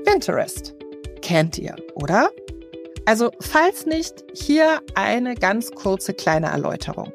Pinterest. Kennt ihr, oder? Also, falls nicht, hier eine ganz kurze kleine Erläuterung.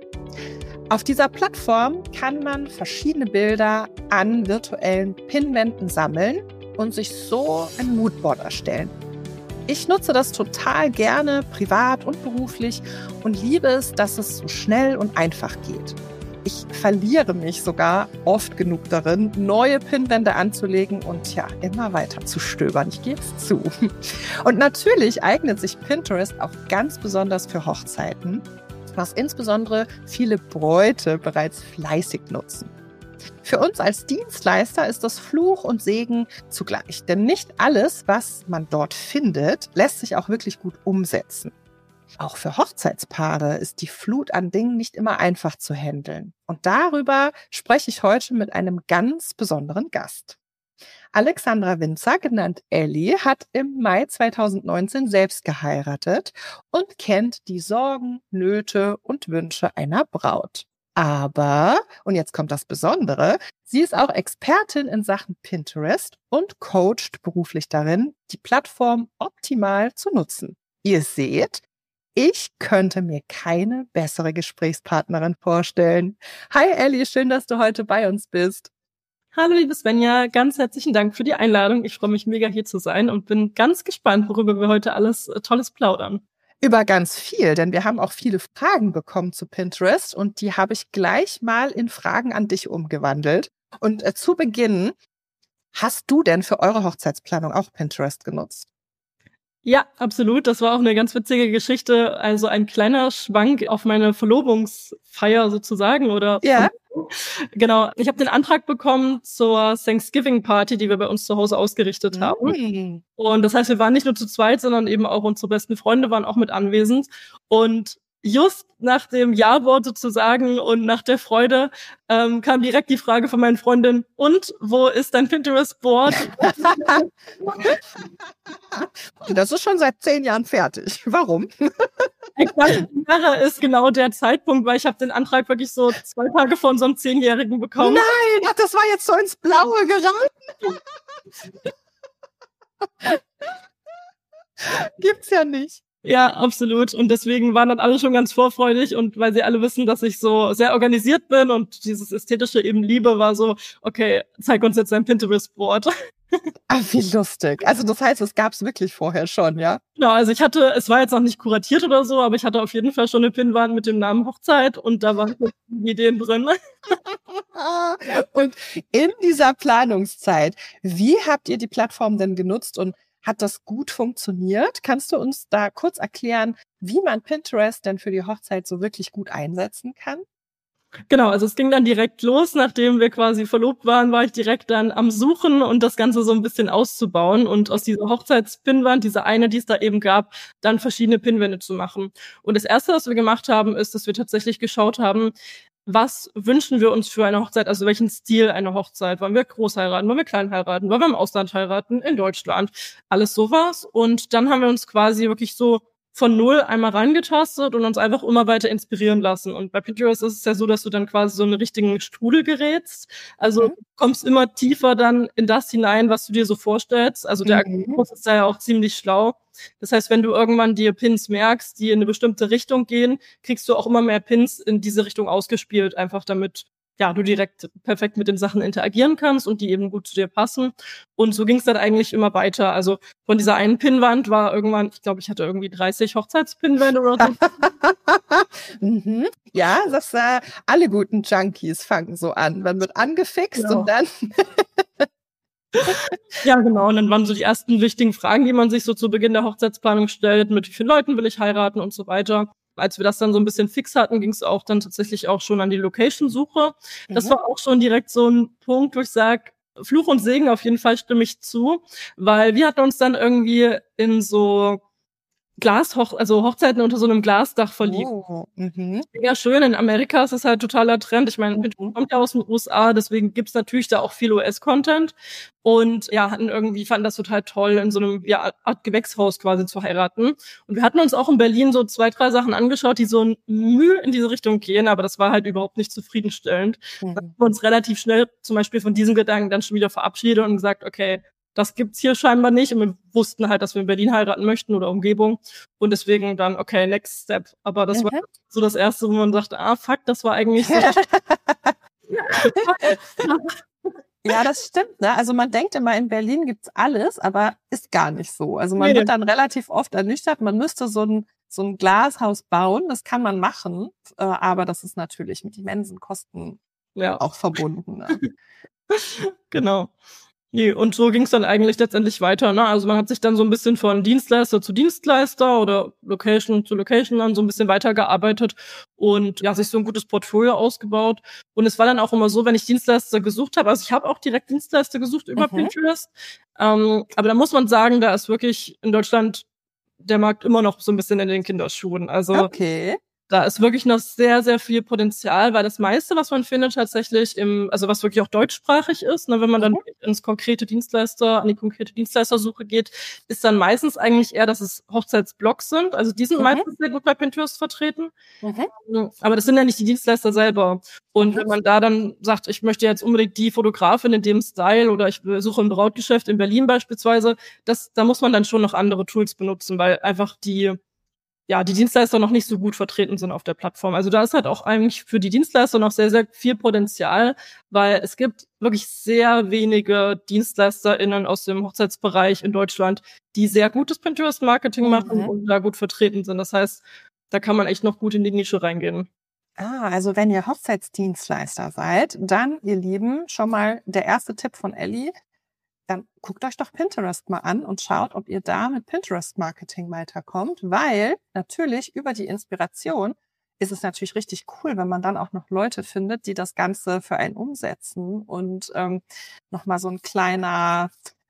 Auf dieser Plattform kann man verschiedene Bilder an virtuellen Pinwänden sammeln und sich so ein Moodboard erstellen. Ich nutze das total gerne, privat und beruflich, und liebe es, dass es so schnell und einfach geht. Ich verliere mich sogar oft genug darin, neue Pinwände anzulegen und immer weiter zu stöbern. Ich gebe es zu. Und natürlich eignet sich Pinterest auch ganz besonders für Hochzeiten, was insbesondere viele Bräute bereits fleißig nutzen. Für uns als Dienstleister ist das Fluch und Segen zugleich, denn nicht alles, was man dort findet, lässt sich auch wirklich gut umsetzen. Auch für Hochzeitspaare ist die Flut an Dingen nicht immer einfach zu handeln. Und darüber spreche ich heute mit einem ganz besonderen Gast. Alexandra Winzer, genannt Elli, hat im Mai 2019 selbst geheiratet und kennt die Sorgen, Nöte und Wünsche einer Braut. Aber, und jetzt kommt das Besondere, sie ist auch Expertin in Sachen Pinterest und coacht beruflich darin, die Plattform optimal zu nutzen. Ihr seht, ich könnte mir keine bessere Gesprächspartnerin vorstellen. Hi Elli, schön, dass du heute bei uns bist. Hallo liebe Svenja, ganz herzlichen Dank für die Einladung. Ich freue mich mega hier zu sein und bin ganz gespannt, worüber wir heute alles Tolles plaudern. Über ganz viel, denn wir haben auch viele Fragen bekommen zu Pinterest und die habe ich gleich mal in Fragen an dich umgewandelt. Und zu Beginn, hast du denn für eure Hochzeitsplanung auch Pinterest genutzt? Ja, absolut. Das war auch eine ganz witzige Geschichte. Also ein kleiner Schwank auf meine Verlobungsfeier sozusagen, oder? Ja. Genau. Ich habe den Antrag bekommen zur Thanksgiving-Party, die wir bei uns zu Hause ausgerichtet haben. Und das heißt, wir waren nicht nur zu zweit, sondern eben auch unsere besten Freunde waren auch mit anwesend. Und just nach dem Ja-Wort sozusagen und nach der Freude kam direkt die Frage von meinen Freundinnen: Und wo ist dein Pinterest-Board? Das ist schon seit 10 Jahren fertig. Warum? Exakt, Jahre ist genau der Zeitpunkt, weil ich habe den Antrag wirklich so 2 Tage vor unserem 10-Jährigen bekommen. Nein, das war jetzt so ins Blaue geraten. Gibt's ja nicht. Ja, absolut. Und deswegen waren dann alle schon ganz vorfreudig, und weil sie alle wissen, dass ich so sehr organisiert bin und dieses Ästhetische eben liebe, war so, okay, zeig uns jetzt dein Pinterest-Board. Ach, wie lustig. Also das heißt, es gab's wirklich vorher schon, ja? Genau, also es war jetzt noch nicht kuratiert oder so, aber ich hatte auf jeden Fall schon eine Pinnwand mit dem Namen Hochzeit und da waren Ideen drin. Und in dieser Planungszeit, wie habt ihr die Plattform denn genutzt und hat das gut funktioniert? Kannst du uns da kurz erklären, wie man Pinterest denn für die Hochzeit so wirklich gut einsetzen kann? Genau, also es ging dann direkt los. Nachdem wir quasi verlobt waren, war ich direkt dann am Suchen und das Ganze so ein bisschen auszubauen und aus dieser Hochzeitspinnwand, diese eine, die es da eben gab, dann verschiedene Pinnwände zu machen. Und das Erste, was wir gemacht haben, ist, dass wir tatsächlich geschaut haben, was wünschen wir uns für eine Hochzeit, also welchen Stil eine Hochzeit? Wollen wir groß heiraten? Wollen wir klein heiraten? Wollen wir im Ausland heiraten? In Deutschland? Alles sowas. Und dann haben wir uns quasi wirklich so von null einmal reingetastet und uns einfach immer weiter inspirieren lassen. Und bei Pinterest ist es ja so, dass du dann quasi so einen richtigen Strudel gerätst. Also du kommst immer tiefer dann in das hinein, was du dir so vorstellst. Also der Algorithmus ist da ja auch ziemlich schlau. Das heißt, wenn du irgendwann dir Pins merkst, die in eine bestimmte Richtung gehen, kriegst du auch immer mehr Pins in diese Richtung ausgespielt, einfach damit du direkt perfekt mit den Sachen interagieren kannst und die eben gut zu dir passen. Und so ging es dann eigentlich immer weiter. Also von dieser einen Pinnwand war irgendwann, ich glaube, ich hatte irgendwie 30 Hochzeitspinnwände oder so. Ja, das alle guten Junkies fangen so an. Man wird angefixt und dann Ja, genau. Und dann waren so die ersten wichtigen Fragen, die man sich so zu Beginn der Hochzeitsplanung stellt. Mit wie vielen Leuten will ich heiraten und so weiter. Als wir das dann so ein bisschen fix hatten, ging es auch dann tatsächlich auch schon an die Location-Suche. Das war auch schon direkt so ein Punkt, wo ich sage, Fluch und Segen auf jeden Fall stimme ich zu. Weil wir hatten uns dann irgendwie in so Hochzeiten unter so einem Glasdach verliebt. Ja, schön. In Amerika ist es halt totaler Trend. Ich meine, Pinterest kommt ja aus den USA, deswegen gibt's natürlich da auch viel US-Content. Und fanden das total toll, in so einem Art Gewächshaus quasi zu heiraten. Und wir hatten uns auch in Berlin so 2, 3 Sachen angeschaut, die so Mühe in diese Richtung gehen, aber das war halt überhaupt nicht zufriedenstellend. Da haben wir uns relativ schnell zum Beispiel von diesem Gedanken dann schon wieder verabschiedet und gesagt, okay, das gibt's hier scheinbar nicht. Und wir wussten halt, dass wir in Berlin heiraten möchten oder Umgebung. Und deswegen dann, okay, next step. Aber das war so das Erste, wo man dachte, fuck, das war eigentlich so. Ja, das stimmt, ne? Also man denkt immer, in Berlin gibt's alles, aber ist gar nicht so. Also man wird dann relativ oft ernüchtert, man müsste so ein Glashaus bauen, das kann man machen, aber das ist natürlich mit immensen Kosten auch verbunden. Ne? Genau. Nee, und so ging es dann eigentlich letztendlich weiter. Ne? Also man hat sich dann so ein bisschen von Dienstleister zu Dienstleister oder Location zu Location dann so ein bisschen weitergearbeitet und sich so ein gutes Portfolio ausgebaut. Und es war dann auch immer so, wenn ich Dienstleister gesucht habe, also ich habe auch direkt Dienstleister gesucht über Pinterest, aber da muss man sagen, da ist wirklich in Deutschland der Markt immer noch so ein bisschen in den Kinderschuhen. Also da ist wirklich noch sehr, sehr viel Potenzial, weil das meiste, was man findet, tatsächlich also was wirklich auch deutschsprachig ist, ne, wenn man dann an die konkrete Dienstleistersuche geht, ist dann meistens eigentlich eher, dass es Hochzeitsblogs sind. Also die sind meistens sehr gut bei Pinterest vertreten. Aber das sind ja nicht die Dienstleister selber. Und wenn man da dann sagt, ich möchte jetzt unbedingt die Fotografin in dem Style oder ich suche ein Brautgeschäft in Berlin beispielsweise, da muss man dann schon noch andere Tools benutzen, weil einfach die Dienstleister noch nicht so gut vertreten sind auf der Plattform. Also da ist halt auch eigentlich für die Dienstleister noch sehr, sehr viel Potenzial, weil es gibt wirklich sehr wenige DienstleisterInnen aus dem Hochzeitsbereich in Deutschland, die sehr gutes Pinterest-Marketing machen und da gut vertreten sind. Das heißt, da kann man echt noch gut in die Nische reingehen. Also wenn ihr Hochzeitsdienstleister seid, dann, ihr Lieben, schon mal der erste Tipp von Elli, dann guckt euch doch Pinterest mal an und schaut, ob ihr da mit Pinterest-Marketing weiterkommt, weil natürlich über die Inspiration ist es natürlich richtig cool, wenn man dann auch noch Leute findet, die das Ganze für einen umsetzen. Und nochmal so ein kleiner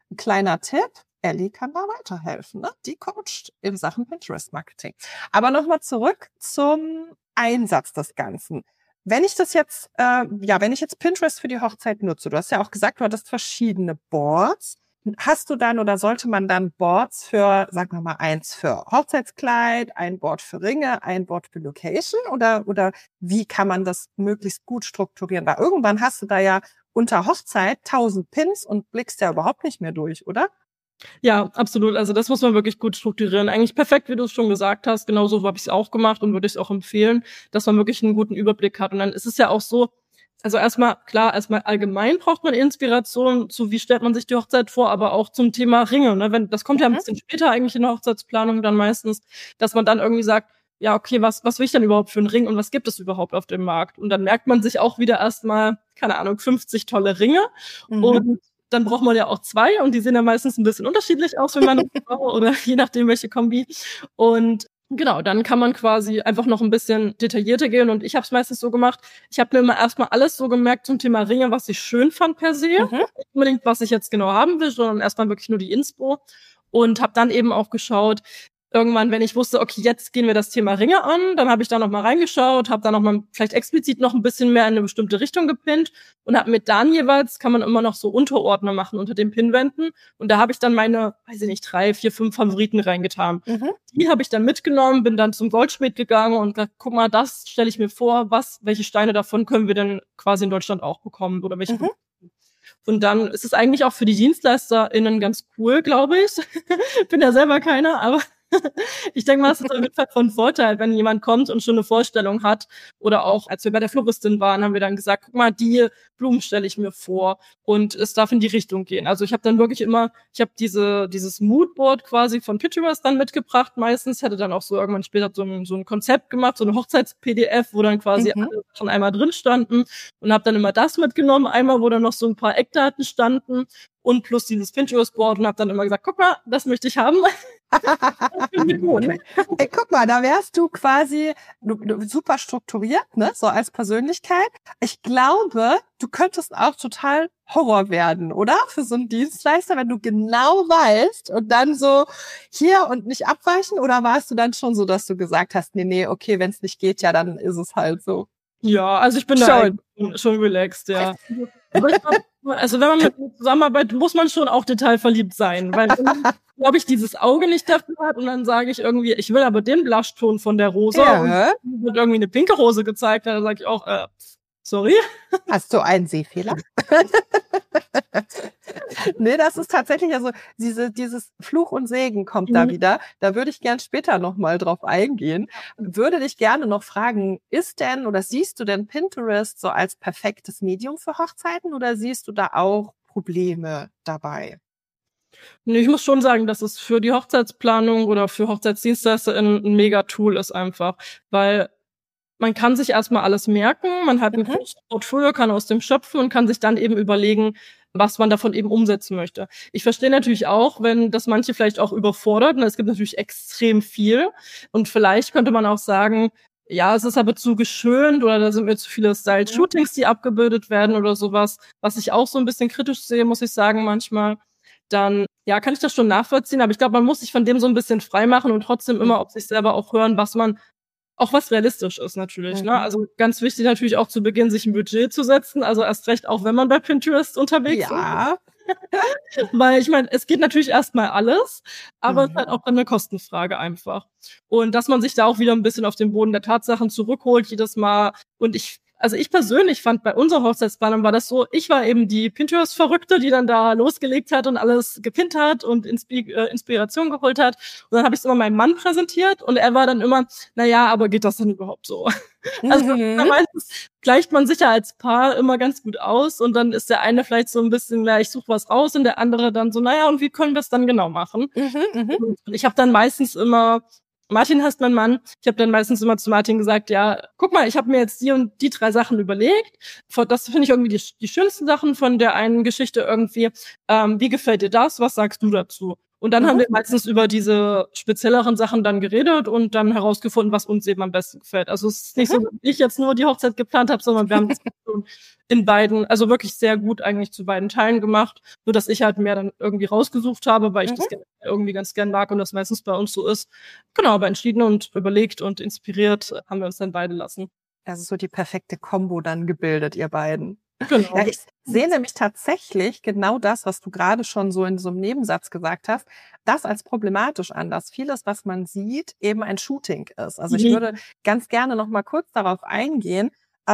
Tipp, Elli kann da weiterhelfen, ne? Die coacht in Sachen Pinterest-Marketing. Aber nochmal zurück zum Einsatz des Ganzen. Wenn ich jetzt Pinterest für die Hochzeit nutze, du hast ja auch gesagt, du hattest verschiedene Boards. Hast du dann oder sollte man dann Boards für, sagen wir mal, eins für Hochzeitskleid, ein Board für Ringe, ein Board für Location oder wie kann man das möglichst gut strukturieren? Weil irgendwann hast du da ja unter Hochzeit 1000 Pins und blickst ja überhaupt nicht mehr durch, oder? Ja, absolut. Also das muss man wirklich gut strukturieren. Eigentlich perfekt, wie du es schon gesagt hast. Genauso habe ich es auch gemacht und würde ich es auch empfehlen, dass man wirklich einen guten Überblick hat. Und dann ist es ja auch so, also erstmal allgemein braucht man Inspiration zu, wie stellt man sich die Hochzeit vor, aber auch zum Thema Ringe. Ne? Das kommt ja ein bisschen später eigentlich in der Hochzeitsplanung dann meistens, dass man dann irgendwie sagt, ja, okay, was will ich denn überhaupt für einen Ring und was gibt es überhaupt auf dem Markt? Und dann merkt man sich auch wieder erstmal, keine Ahnung, 50 tolle Ringe und dann braucht man ja auch 2 und die sehen ja meistens ein bisschen unterschiedlich aus, wenn man oder je nachdem welche Kombi. Und genau, dann kann man quasi einfach noch ein bisschen detaillierter gehen und ich habe es meistens so gemacht, ich habe mir immer erstmal alles so gemerkt zum Thema Ringe, was ich schön fand per se, nicht unbedingt, was ich jetzt genau haben will, sondern erstmal wirklich nur die Inspo und habe dann eben auch geschaut, irgendwann, wenn ich wusste, okay, jetzt gehen wir das Thema Ringe an, dann habe ich da noch mal reingeschaut, habe da noch mal vielleicht explizit noch ein bisschen mehr in eine bestimmte Richtung gepinnt und habe mit dann jeweils, kann man immer noch so Unterordner machen unter den Pinwänden und da habe ich dann meine, 3, 4, 5 Favoriten reingetan. Die habe ich dann mitgenommen, bin dann zum Goldschmied gegangen und gesagt, guck mal, das stelle ich mir vor, welche Steine davon können wir denn quasi in Deutschland auch bekommen oder welche Und dann ist es eigentlich auch für die DienstleisterInnen ganz cool, glaube ich. Bin ja selber keiner, aber ich denke mal, es ist auf jeden Fall von Vorteil, wenn jemand kommt und schon eine Vorstellung hat. Oder auch, als wir bei der Floristin waren, haben wir dann gesagt, guck mal, die Blumen stelle ich mir vor und es darf in die Richtung gehen. Also ich habe dann wirklich dieses Moodboard quasi von Pinterest dann mitgebracht. Meistens hätte dann auch so irgendwann später so ein Konzept gemacht, so eine Hochzeits-PDF, wo dann quasi alle schon einmal drin standen und habe dann immer das mitgenommen. Einmal, wo dann noch so ein paar Eckdaten standen und plus dieses Pinterest-Board und habe dann immer gesagt, guck mal, das möchte ich haben. Ey, guck mal, da wärst du quasi super strukturiert, ne, so als Persönlichkeit. Ich glaube, du könntest auch total Horror werden, oder? Für so einen Dienstleister, wenn du genau weißt und dann so hier und nicht abweichen, oder warst du dann schon so, dass du gesagt hast, nee, okay, wenn es nicht geht, ja, dann ist es halt so. Ja, also ich bin da schon relaxed, ja. Aber ich glaub, also wenn man mit mir zusammenarbeitet, muss man schon auch detailverliebt sein, weil glaube ich dieses Auge nicht dafür hat und dann sage ich irgendwie, ich will aber den Blushton von der Rose und wird irgendwie eine pinke Rose gezeigt, dann sage ich auch, sorry. Hast du einen Sehfehler? Nee, das ist tatsächlich, also dieses Fluch und Segen kommt da wieder. Da würde ich gern später nochmal drauf eingehen. Würde dich gerne noch fragen, ist denn oder siehst du denn Pinterest so als perfektes Medium für Hochzeiten oder siehst du da auch Probleme dabei? Nee, ich muss schon sagen, dass es für die Hochzeitsplanung oder für Hochzeitsdienstleister ein Mega-Tool ist einfach, weil man kann sich erstmal alles merken, man hat ein großes Portfolio, kann aus dem schöpfen und kann sich dann eben überlegen, was man davon eben umsetzen möchte. Ich verstehe natürlich auch, wenn das manche vielleicht auch überfordert, und es gibt natürlich extrem viel und vielleicht könnte man auch sagen, ja, es ist aber zu geschönt oder da sind mir zu viele Style-Shootings, die abgebildet werden oder sowas, was ich auch so ein bisschen kritisch sehe, muss ich sagen, manchmal. Dann, ja, kann ich das schon nachvollziehen, aber ich glaube, man muss sich von dem so ein bisschen frei machen und trotzdem immer auf sich selber auch hören, was realistisch ist natürlich, ne? Also ganz wichtig natürlich auch zu Beginn, sich ein Budget zu setzen, also erst recht auch, wenn man bei Pinterest unterwegs Ja. ist. Weil ich meine, es geht natürlich erstmal alles, aber es ist halt auch dann eine Kostenfrage einfach. Und dass man sich da auch wieder ein bisschen auf den Boden der Tatsachen zurückholt jedes Mal. Und ich persönlich fand, bei unserer Hochzeitsplanung war das so, ich war eben die Pinterest-Verrückte, die dann da losgelegt hat und alles gepinnt hat und Inspiration geholt hat. Und dann habe ich es immer meinem Mann präsentiert und er war dann immer, naja, aber geht das denn überhaupt so? Also meistens gleicht man sich ja als Paar immer ganz gut aus und dann ist der eine vielleicht so ein bisschen, ja, ich suche was raus und der andere dann so, naja, und wie können wir es dann genau machen? Und ich habe dann meistens immer Martin heißt mein Mann. Ich habe dann meistens immer zu Martin gesagt, ja, guck mal, ich habe mir jetzt die und die 3 Sachen überlegt. Das finde ich irgendwie die schönsten Sachen von der einen Geschichte irgendwie. Wie gefällt dir das? Was sagst du dazu? Und dann haben wir meistens über diese spezielleren Sachen dann geredet und dann herausgefunden, was uns eben am besten gefällt. Also es ist nicht so, dass ich jetzt nur die Hochzeit geplant habe, sondern wir haben das in beiden, also wirklich sehr gut eigentlich zu beiden Teilen gemacht. Nur dass ich halt mehr dann irgendwie rausgesucht habe, weil ich das irgendwie ganz gern mag und das meistens bei uns so ist. Genau, aber entschieden und überlegt und inspiriert haben wir uns dann beide lassen. Also so die perfekte Kombo dann gebildet, ihr beiden. Genau. Ja, ich sehe nämlich tatsächlich genau das, was du gerade schon so in so einem Nebensatz gesagt hast, das als problematisch an, dass vieles, was man sieht, eben ein Shooting ist. Also ich würde ganz gerne noch mal kurz darauf eingehen.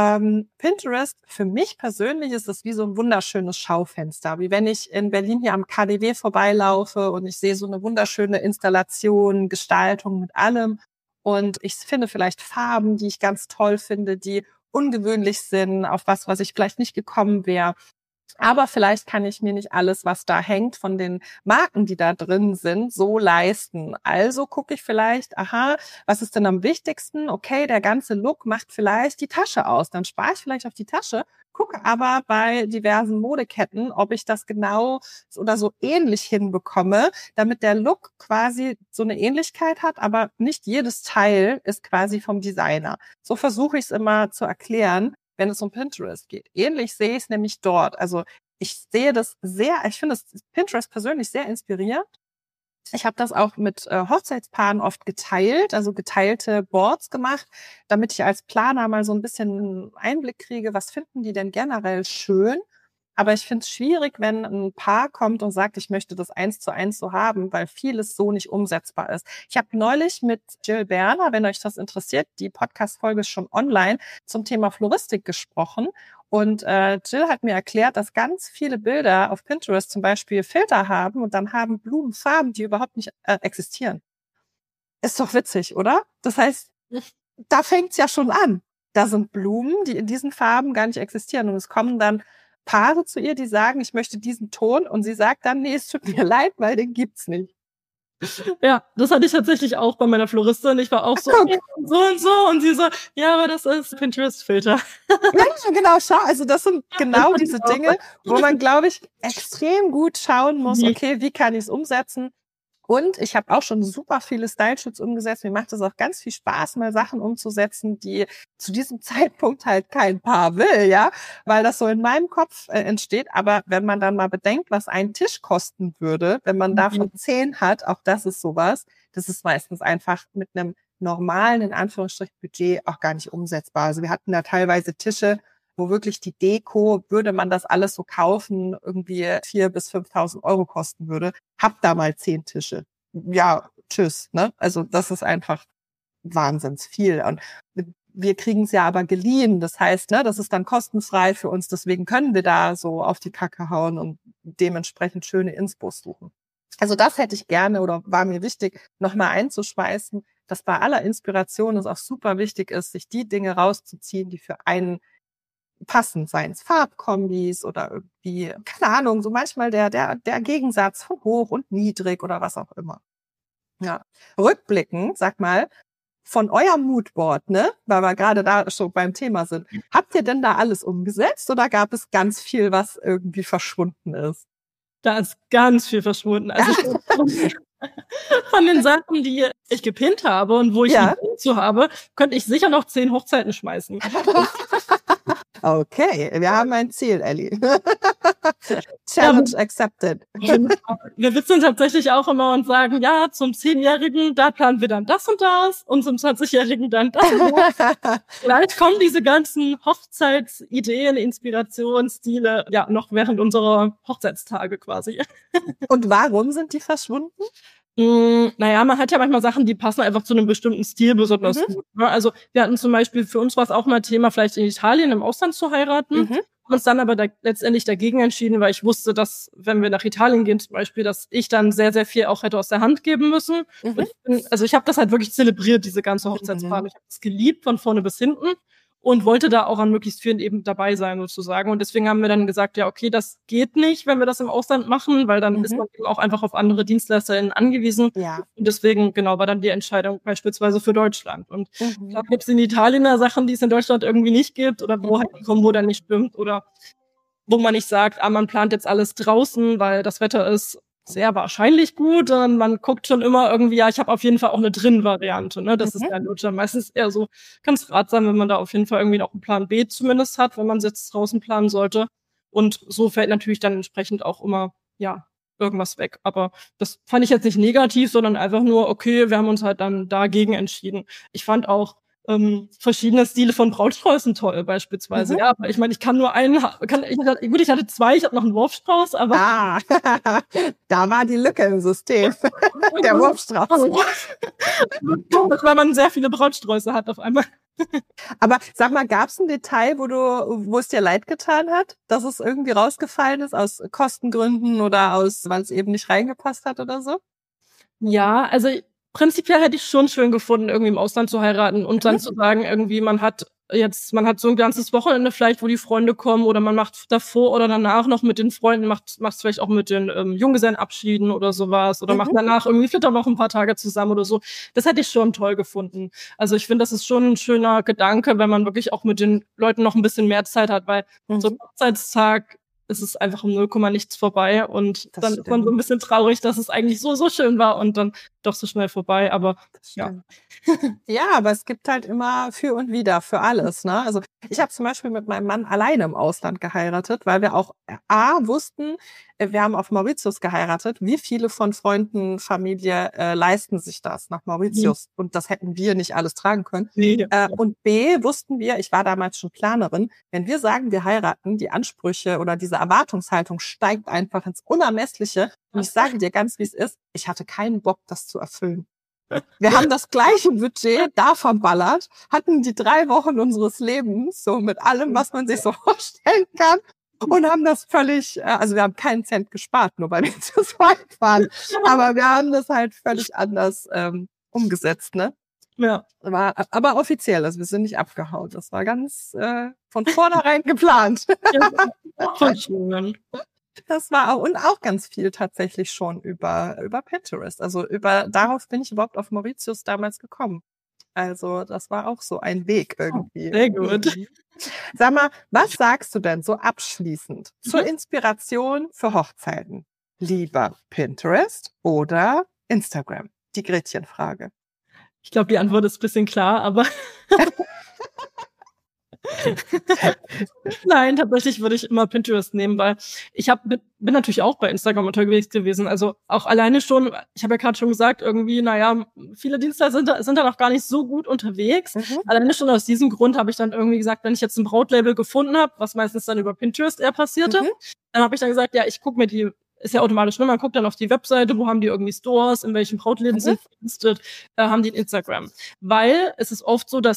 Pinterest, für mich persönlich ist es wie so ein wunderschönes Schaufenster, wie wenn ich in Berlin hier am KaDeWe vorbeilaufe und ich sehe so eine wunderschöne Installation, Gestaltung mit allem. Und ich finde vielleicht Farben, die ich ganz toll finde, die ungewöhnlich sind, auf was ich vielleicht nicht gekommen wäre. Aber vielleicht kann ich mir nicht alles, was da hängt, von den Marken, die da drin sind, so leisten. Also gucke ich vielleicht, aha, was ist denn am wichtigsten? Okay, der ganze Look macht vielleicht die Tasche aus. Dann spare ich vielleicht auf die Tasche, gucke aber bei diversen Modeketten, ob ich das genau oder so ähnlich hinbekomme, damit der Look quasi so eine Ähnlichkeit hat, aber nicht jedes Teil ist quasi vom Designer. So versuche ich es immer zu erklären, wenn es um Pinterest geht. Ähnlich sehe ich es nämlich dort. Also ich sehe das ich finde das Pinterest persönlich sehr inspirierend. Ich habe das auch mit Hochzeitspaaren oft geteilt, also geteilte Boards gemacht, damit ich als Planer mal so ein bisschen Einblick kriege, was finden die denn generell schön. Aber ich finde es schwierig, wenn ein Paar kommt und sagt, ich möchte das 1:1 so haben, weil vieles so nicht umsetzbar ist. Ich habe neulich mit Jill Berner, wenn euch das interessiert, die Podcast-Folge ist schon online, zum Thema Floristik gesprochen. Und Jill hat mir erklärt, dass ganz viele Bilder auf Pinterest zum Beispiel Filter haben und dann haben Blumenfarben, die überhaupt nicht existieren. Ist doch witzig, oder? Das heißt, da fängt's ja schon an. Da sind Blumen, die in diesen Farben gar nicht existieren. Und es kommen dann Paare zu ihr, die sagen, ich möchte diesen Ton. Und sie sagt dann, nee, es tut mir leid, weil den gibt's nicht. Ja, das hatte ich tatsächlich auch bei meiner Floristin. Ich war auch so, Guck. so und so. Und sie so, ja, aber das ist Pinterest-Filter. Ja, genau, schau. Also das sind genau diese Dinge, wo man, glaube ich, extrem gut schauen muss, okay, wie kann ich es umsetzen? Und ich habe auch schon super viele Style-Shoots umgesetzt. Mir macht es auch ganz viel Spaß, mal Sachen umzusetzen, die zu diesem Zeitpunkt halt kein Paar will, ja, weil das so in meinem Kopf entsteht. Aber wenn man dann mal bedenkt, was ein Tisch kosten würde, wenn man davon 10 hat, auch das ist sowas, das ist meistens einfach mit einem normalen, in Anführungsstrichen, Budget auch gar nicht umsetzbar. Also wir hatten da teilweise Tische, wo wirklich die Deko, würde man das alles so kaufen, irgendwie 4.000 bis 5.000 Euro kosten würde. Hab da mal 10 Tische. Ja, tschüss, ne? Also das ist einfach wahnsinns viel. Und wir kriegen es ja aber geliehen. Das heißt, ne, das ist dann kostenfrei für uns. Deswegen können wir da so auf die Kacke hauen und dementsprechend schöne Inspos suchen. Also das hätte ich gerne oder war mir wichtig, nochmal einzuschweißen, dass bei aller Inspiration es auch super wichtig ist, sich die Dinge rauszuziehen, die für einen passen, seien es Farbkombis oder irgendwie, keine Ahnung, so manchmal der Gegensatz von hoch und niedrig oder was auch immer. Ja. Rückblickend, sag mal, von eurem Moodboard, ne, weil wir gerade da schon beim Thema sind, habt ihr denn da alles umgesetzt oder gab es ganz viel, was irgendwie verschwunden ist? Da ist ganz viel verschwunden. Also von den Sachen, die ich gepinnt habe und wo ich zu habe, könnte ich sicher noch 10 Hochzeiten schmeißen. Okay, wir haben ein Ziel, Elli. Challenge accepted. Wir witzen tatsächlich auch immer und sagen, ja, zum 10-Jährigen, da planen wir dann das und das und zum 20-Jährigen dann das und das. Vielleicht kommen diese ganzen Hochzeitsideen, Inspirationsstile, ja, noch während unserer Hochzeitstage quasi. Und warum sind die verschwunden? Naja, man hat ja manchmal Sachen, die passen einfach zu einem bestimmten Stil besonders gut. Also wir hatten zum Beispiel, für uns war es auch mal Thema, vielleicht in Italien im Ausland zu heiraten. Haben uns dann aber letztendlich dagegen entschieden, weil ich wusste, dass, wenn wir nach Italien gehen zum Beispiel, dass ich dann sehr, sehr viel auch hätte aus der Hand geben müssen. Ich habe das halt wirklich zelebriert, diese ganze Hochzeitsplanung. Ich habe es geliebt, von vorne bis hinten. Und wollte da auch an möglichst vielen eben dabei sein, sozusagen. Und deswegen haben wir dann gesagt, ja, okay, das geht nicht, wenn wir das im Ausland machen, weil dann ist man eben auch einfach auf andere DienstleisterInnen angewiesen. Ja. Und deswegen, genau, war dann die Entscheidung beispielsweise für Deutschland. Und klar gibt es in Italien da Sachen, die es in Deutschland irgendwie nicht gibt oder wo halt die Kombo dann nicht stimmt oder wo man nicht sagt, man plant jetzt alles draußen, weil das Wetter ist sehr wahrscheinlich gut. Und man guckt schon immer irgendwie, ja, ich habe auf jeden Fall auch eine Drin-Variante. Ne? Das ist ja in Deutschland meistens eher so ganz ratsam, wenn man da auf jeden Fall irgendwie noch einen Plan B zumindest hat, wenn man es jetzt draußen planen sollte. Und so fällt natürlich dann entsprechend auch immer, ja, irgendwas weg. Aber das fand ich jetzt nicht negativ, sondern einfach nur, okay, wir haben uns halt dann dagegen entschieden. Ich fand auch verschiedene Stile von Brautsträußen toll, beispielsweise. Ja, aber ich meine, ich kann nur einen, ich hatte 2, ich habe noch einen Wurfstrauß, aber da war die Lücke im System. Der Wurfstrauß. Weil man sehr viele Brautsträuße hat auf einmal. Aber sag mal, gab es ein Detail, wo es dir leid getan hat, dass es irgendwie rausgefallen ist, aus Kostengründen oder weil es eben nicht reingepasst hat oder so? Ja, also prinzipiell hätte ich schon schön gefunden, irgendwie im Ausland zu heiraten und dann zu sagen, irgendwie, man hat so ein ganzes Wochenende vielleicht, wo die Freunde kommen oder man macht davor oder danach noch mit den Freunden, macht's vielleicht auch mit den Junggesellenabschieden oder sowas oder macht danach irgendwie vielleicht noch ein paar Tage zusammen oder so. Das hätte ich schon toll gefunden. Also ich finde, das ist schon ein schöner Gedanke, wenn man wirklich auch mit den Leuten noch ein bisschen mehr Zeit hat, weil so ein Hochzeitstag ist es einfach um 0, nichts vorbei und das dann ist man so ein bisschen traurig, dass es eigentlich so schön war und dann doch so schnell vorbei, aber ja. Ja, aber es gibt halt immer für und wider für alles, ne? Also ich habe zum Beispiel mit meinem Mann alleine im Ausland geheiratet, weil wir auch wussten, wir haben auf Mauritius geheiratet, wie viele von Freunden, Familie leisten sich das nach Mauritius und das hätten wir nicht alles tragen können. Und B, wussten wir, ich war damals schon Planerin, wenn wir sagen, wir heiraten, die Ansprüche oder diese Erwartungshaltung steigt einfach ins Unermessliche und ich sage dir ganz, wie es ist, ich hatte keinen Bock, das zu erfüllen. Wir haben das gleiche Budget da verballert, hatten die 3 Wochen unseres Lebens, so mit allem, was man sich so vorstellen kann, und haben das völlig, also wir haben keinen Cent gespart, nur weil wir zu zweit waren. Aber wir haben das halt völlig anders umgesetzt, ne? Ja. Aber offiziell, also wir sind nicht abgehauen. Das war ganz von vornherein geplant. Ja, voll schön. Das war auch ganz viel tatsächlich schon über Pinterest. Also darauf bin ich überhaupt auf Mauritius damals gekommen. Also das war auch so ein Weg irgendwie. Sehr gut. Sag mal, was sagst du denn so abschließend zur Inspiration für Hochzeiten? Lieber Pinterest oder Instagram? Die Gretchenfrage. Ich glaube, die Antwort ist ein bisschen klar, aber nein, tatsächlich würde ich immer Pinterest nehmen, weil ich bin natürlich auch bei Instagram unterwegs gewesen. Also auch alleine schon, ich habe ja gerade schon gesagt, irgendwie, naja, viele Dienstleister sind da noch gar nicht so gut unterwegs. Alleine schon aus diesem Grund habe ich dann irgendwie gesagt, wenn ich jetzt ein Brautlabel gefunden habe, was meistens dann über Pinterest eher passierte, dann habe ich dann gesagt, ja, ich gucke mir die, ist ja automatisch, ne? Man guckt dann auf die Webseite, wo haben die irgendwie Stores, in welchen Brautläden sind die gelistet, haben die ein Instagram. Weil es ist oft so, dass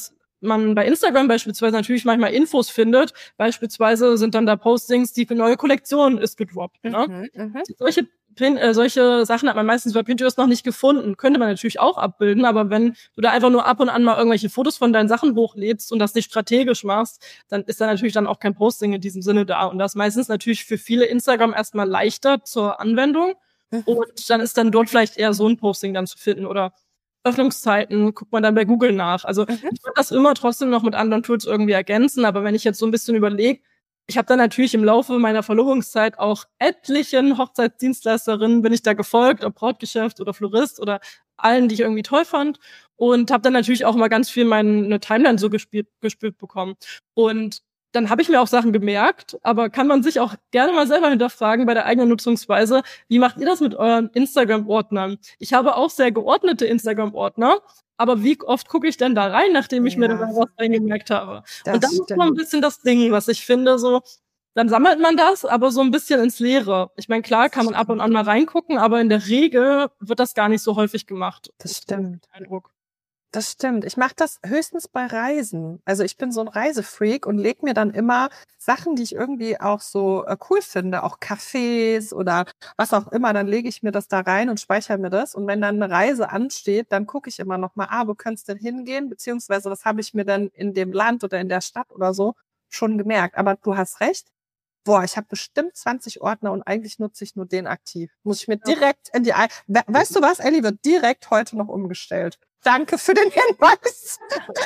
man bei Instagram beispielsweise natürlich manchmal Infos findet. Beispielsweise sind dann da Postings, die neue Kollektion ist gedroppt. Ne? Solche Sachen hat man meistens bei Pinterest noch nicht gefunden. Könnte man natürlich auch abbilden, aber wenn du da einfach nur ab und an mal irgendwelche Fotos von deinen Sachen hochlädst und das nicht strategisch machst, dann ist da natürlich dann auch kein Posting in diesem Sinne da. Und das ist meistens natürlich für viele Instagram erstmal leichter zur Anwendung. Und dann ist dann dort vielleicht eher so ein Posting dann zu finden oder Öffnungszeiten guckt man dann bei Google nach. Also ich würde das immer trotzdem noch mit anderen Tools irgendwie ergänzen, aber wenn ich jetzt so ein bisschen überlege, ich habe dann natürlich im Laufe meiner Verlobungszeit auch etlichen Hochzeitsdienstleisterinnen bin ich da gefolgt, ob Brautgeschäft oder Florist oder allen, die ich irgendwie toll fand und habe dann natürlich auch mal ganz viel meine Timeline so gespürt bekommen. Und dann habe ich mir auch Sachen gemerkt, aber kann man sich auch gerne mal selber hinterfragen bei der eigenen Nutzungsweise. Wie macht ihr das mit euren Instagram-Ordnern? Ich habe auch sehr geordnete Instagram-Ordner, aber wie oft gucke ich denn da rein, nachdem ich mir da was eingemerkt habe? Und das ist so ein bisschen das Ding, was ich finde, so, dann sammelt man das, aber so ein bisschen ins Leere. Ich meine, klar kann man ab und an mal reingucken, aber in der Regel wird das gar nicht so häufig gemacht. Das stimmt. Eindruck. Das stimmt. Ich mache das höchstens bei Reisen. Also ich bin so ein Reisefreak und lege mir dann immer Sachen, die ich irgendwie auch so cool finde, auch Cafés oder was auch immer, dann lege ich mir das da rein und speichere mir das. Und wenn dann eine Reise ansteht, dann gucke ich immer noch mal, wo könntest du denn hingehen? Beziehungsweise was habe ich mir dann in dem Land oder in der Stadt oder so schon gemerkt. Aber du hast recht. Boah, ich habe bestimmt 20 Ordner und eigentlich nutze ich nur den aktiv. Muss ich mir direkt in die... Weißt du was, Elli, wird direkt heute noch umgestellt. Danke für den Hinweis.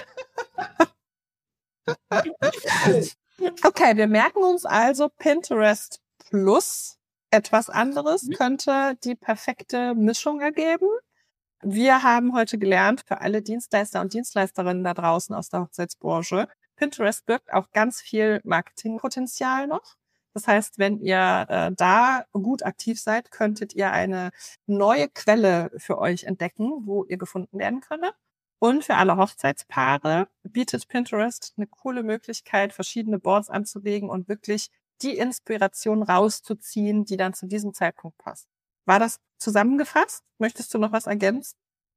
Okay, wir merken uns also, Pinterest plus etwas anderes könnte die perfekte Mischung ergeben. Wir haben heute gelernt, für alle Dienstleister und Dienstleisterinnen da draußen aus der Hochzeitsbranche, Pinterest birgt auch ganz viel Marketingpotenzial noch. Das heißt, wenn ihr da gut aktiv seid, könntet ihr eine neue Quelle für euch entdecken, wo ihr gefunden werden könnt. Und für alle Hochzeitspaare bietet Pinterest eine coole Möglichkeit, verschiedene Boards anzulegen und wirklich die Inspiration rauszuziehen, die dann zu diesem Zeitpunkt passt. War das zusammengefasst? Möchtest du noch was ergänzen?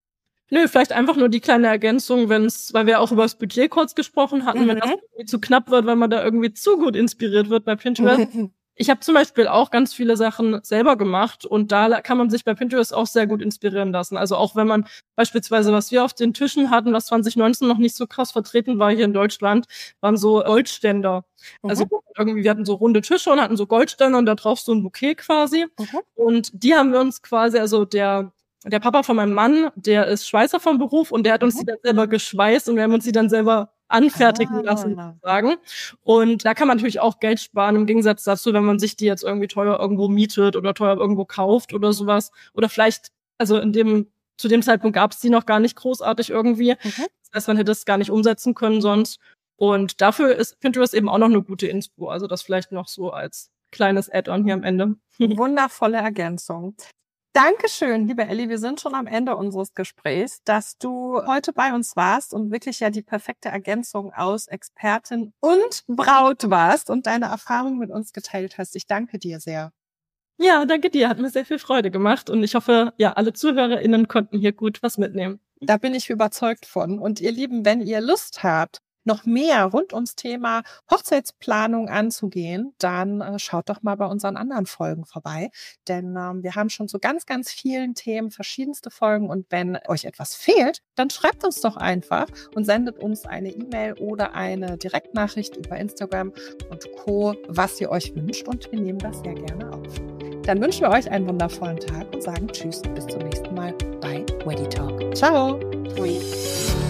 Nö, vielleicht einfach nur die kleine Ergänzung, weil wir auch über das Budget kurz gesprochen hatten, wenn das irgendwie zu knapp wird, weil man da irgendwie zu gut inspiriert wird bei Pinterest. Ich habe zum Beispiel auch ganz viele Sachen selber gemacht und da kann man sich bei Pinterest auch sehr gut inspirieren lassen. Also auch wenn man beispielsweise, was wir auf den Tischen hatten, was 2019 noch nicht so krass vertreten war hier in Deutschland, waren so Goldständer. Also irgendwie, wir hatten so runde Tische und hatten so Goldständer und da drauf so ein Bouquet quasi. Und die haben wir uns quasi, also der Papa von meinem Mann, der ist Schweißer vom Beruf und der hat uns die dann selber geschweißt und wir haben uns die dann selber anfertigen lassen, sozusagen. Und da kann man natürlich auch Geld sparen, im Gegensatz dazu, wenn man sich die jetzt irgendwie teuer irgendwo mietet oder teuer irgendwo kauft oder sowas. Oder vielleicht, also zu dem Zeitpunkt gab es die noch gar nicht großartig irgendwie. Das heißt, man hätte es gar nicht umsetzen können sonst. Und dafür ist Pinterest eben auch noch eine gute Inspo. Also das vielleicht noch so als kleines Add-on hier am Ende. Wundervolle Ergänzung. Dankeschön, liebe Elli. Wir sind schon am Ende unseres Gesprächs, dass du heute bei uns warst und wirklich ja die perfekte Ergänzung aus Expertin und Braut warst und deine Erfahrung mit uns geteilt hast. Ich danke dir sehr. Ja, danke dir. Hat mir sehr viel Freude gemacht und ich hoffe, ja, alle ZuhörerInnen konnten hier gut was mitnehmen. Da bin ich überzeugt von. Und ihr Lieben, wenn ihr Lust habt, noch mehr rund ums Thema Hochzeitsplanung anzugehen, dann schaut doch mal bei unseren anderen Folgen vorbei. Denn wir haben schon zu ganz, ganz vielen Themen verschiedenste Folgen. Und wenn euch etwas fehlt, dann schreibt uns doch einfach und sendet uns eine E-Mail oder eine Direktnachricht über Instagram und Co., was ihr euch wünscht. Und wir nehmen das sehr gerne auf. Dann wünschen wir euch einen wundervollen Tag und sagen Tschüss, bis zum nächsten Mal bei Weddy Talk. Ciao! Ui.